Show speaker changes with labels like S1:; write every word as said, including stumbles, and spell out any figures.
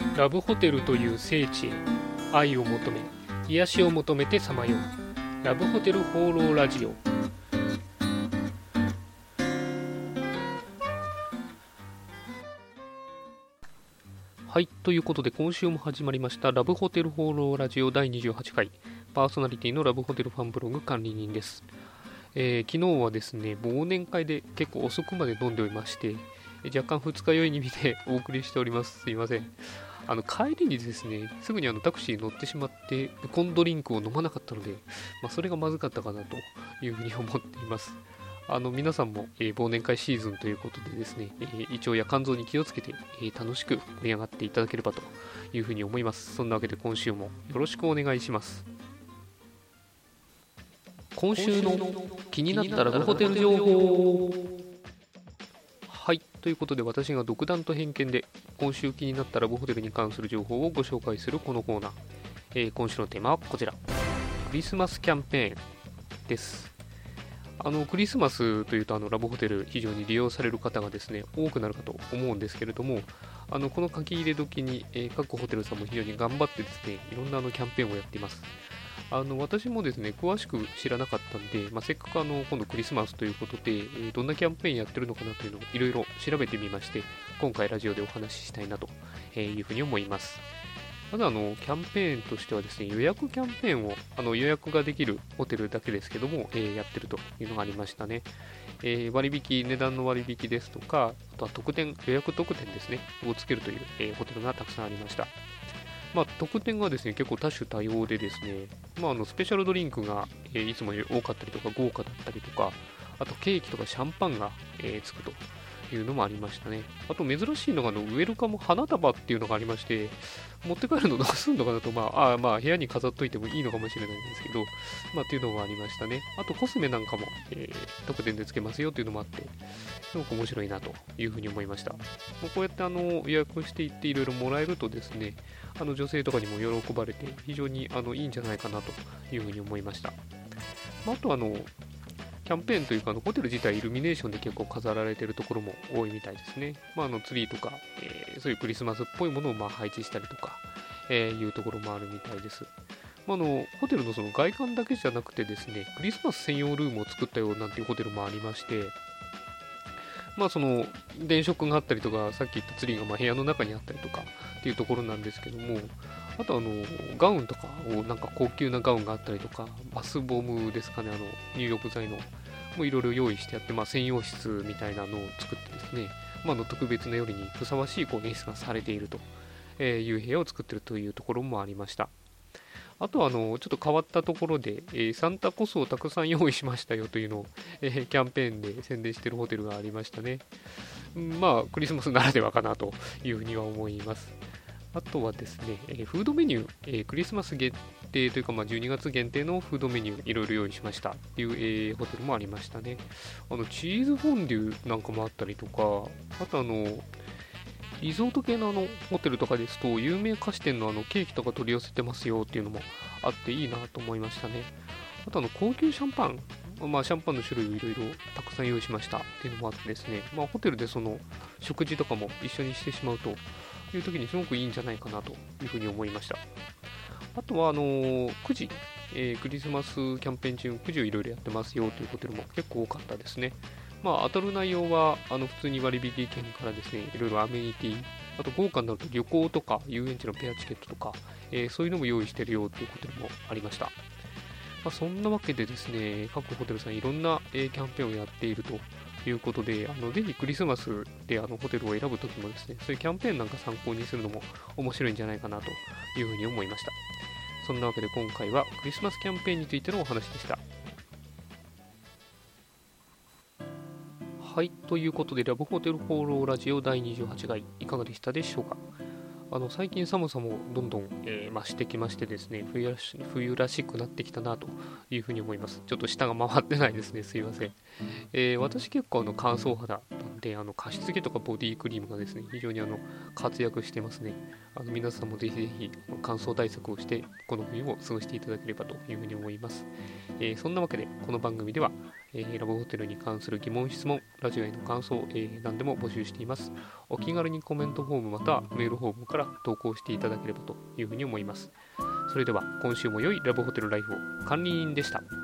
S1: ラブホテルという聖地へ愛を求め癒しを求めてさまようラブホテル放浪ラジオ。はい、ということで今週も始まりましたラブホテル放浪ラジオだいにじゅうはちかい、パーソナリティのラブホテルファンブログ管理人です。えー、昨日はですね、忘年会で結構遅くまで飲んでおりまして、若干二日酔いに見てお送りしております。すいません。あの帰りにですね、すぐにあのタクシーに乗ってしまってウコンドリンクを飲まなかったので、まあ、それがまずかったかなというふうに思っています。あの皆さんも、えー、忘年会シーズンということでですね、えー、胃腸や肝臓に気をつけて、えー、楽しく盛り上がっていただければというふうに思います。そんなわけで今週もよろしくお願いします。今週の気になったラブホテル情報。はい、ということで私が独断と偏見で今週気になったラブホテルに関する情報をご紹介するこのコーナー、えー、今週のテーマはこちら、クリスマスキャンペーンです。あのクリスマスというとあのラブホテル非常に利用される方がですね多くなるかと思うんですけれども、あのこの書き入れ時に、えー、各ホテルさんも非常に頑張ってですねいろんなあのキャンペーンをやっています。あの私もですね詳しく知らなかったんで、まあ、せっかくあの今度クリスマスということで、えーどんなキャンペーンやってるのかなというのをいろいろ調べてみまして、今回ラジオでお話ししたいなというふうに思います。まずあのキャンペーンとしてはですね、予約キャンペーンをあの予約ができるホテルだけですけども、えーやってるというのがありましたね。えー割引、値段の割引ですとか、あとは特典、予約特典ですね、をつけるという、えーホテルがたくさんありました。まあ、特典がですね、結構多種多様でですね、まあ、あのスペシャルドリンクが、えーいつもより多かったりとか、豪華だったりとか、あとケーキとかシャンパンが、えーつくというのもありましたね。あと珍しいのがあのウェルカム花束っていうのがありまして、持って帰るのどうすんのかなと、まあ、あまあ部屋に飾っといてもいいのかもしれないんですけど、まあっていうのがありましたね。あとコスメなんかも、えー特典でつけますよっていうのもあって、すごく面白いなというふうに思いました。もうこうやってあの予約していっていろいろもらえるとですね、あの女性とかにも喜ばれて非常にあのいいんじゃないかなというふうに思いました。まあ、あとあのキャンペーンというかあのホテル自体イルミネーションで結構飾られているところも多いみたいですね。まあ、あのツリーとか、えーそういうクリスマスっぽいものをまあ配置したりとか、えーいうところもあるみたいです。まあ、あのホテルのその外観だけじゃなくてですね、クリスマス専用ルームを作ったよなんていうホテルもありまして、まあその電飾があったりとか、さっき言ったツリーがまあ部屋の中にあったりとかっていうところなんですけども、あとあのガウンとかをなんか高級なガウンがあったりとか、バスボムですかね、あの入浴剤のもいろいろ用意してあって、まあ、専用室みたいなのを作ってですね、まあ、あの特別な夜にふさわしいこう演出がされているという部屋を作っているというところもありました。あとはあのちょっと変わったところで、えーサンタコスをたくさん用意しましたよというのを、えーキャンペーンで宣伝しているホテルがありましたね。うん、まあクリスマスならではかなというふうには思います。あとはですね、えーフードメニュー、えークリスマス限定というか、まあ、じゅうにがつ限定のフードメニューいろいろ用意しましたっていう、えーホテルもありましたね。あのチーズフォンデュなんかもあったりとか、あとあのリゾート系のあのホテルとかですと、有名菓子店のあのケーキとか取り寄せてますよっていうのもあっていいなと思いましたね。あとあの高級シャンパン、まあ、シャンパンの種類をいろいろたくさん用意しましたっていうのもあってですね、まあ、ホテルでその食事とかも一緒にしてしまうという時にすごくいいんじゃないかなというふうに思いました。あとはあのーくじ、えークリスマスキャンペーン中くじをいろいろやってますよというホテルも結構多かったですね。まあ、当たる内容はあの普通に割引券からですね、いろいろアメニティ、あと豪華になると旅行とか遊園地のペアチケットとか、えーそういうのも用意してるよというホテルもありました。まあ、そんなわけでですね、各ホテルさんいろんな、えーキャンペーンをやっているということで、あのぜひクリスマスであのホテルを選ぶときもですね、そういうキャンペーンなんか参考にするのも面白いんじゃないかなというふうに思いました。そんなわけで今回はクリスマスキャンペーンについてのお話でした。はい、ということでラブホテル放浪ラジオだいにじゅうはちかいいかがでしたでしょうか。あの最近寒さもどんどん、えー増してきましてですね、冬らし冬らしくなってきたなというふうに思います。ちょっと舌が回ってないですね、すいません。えー私結構あの乾燥肌なんで、あの加湿器とかボディクリームがですね、非常にあの活躍してますね。あの皆さんもぜひぜひ乾燥対策をしてこの冬を過ごしていただければというふうに思います。えー、そんなわけでこの番組では、えー、ラブホテルに関する疑問質問、ラジオへの感想、えー、何でも募集しています。お気軽にコメントフォームまたはメールフォームから投稿していただければというふうに思います。それでは今週も良いラブホテルライフを。管理人でした。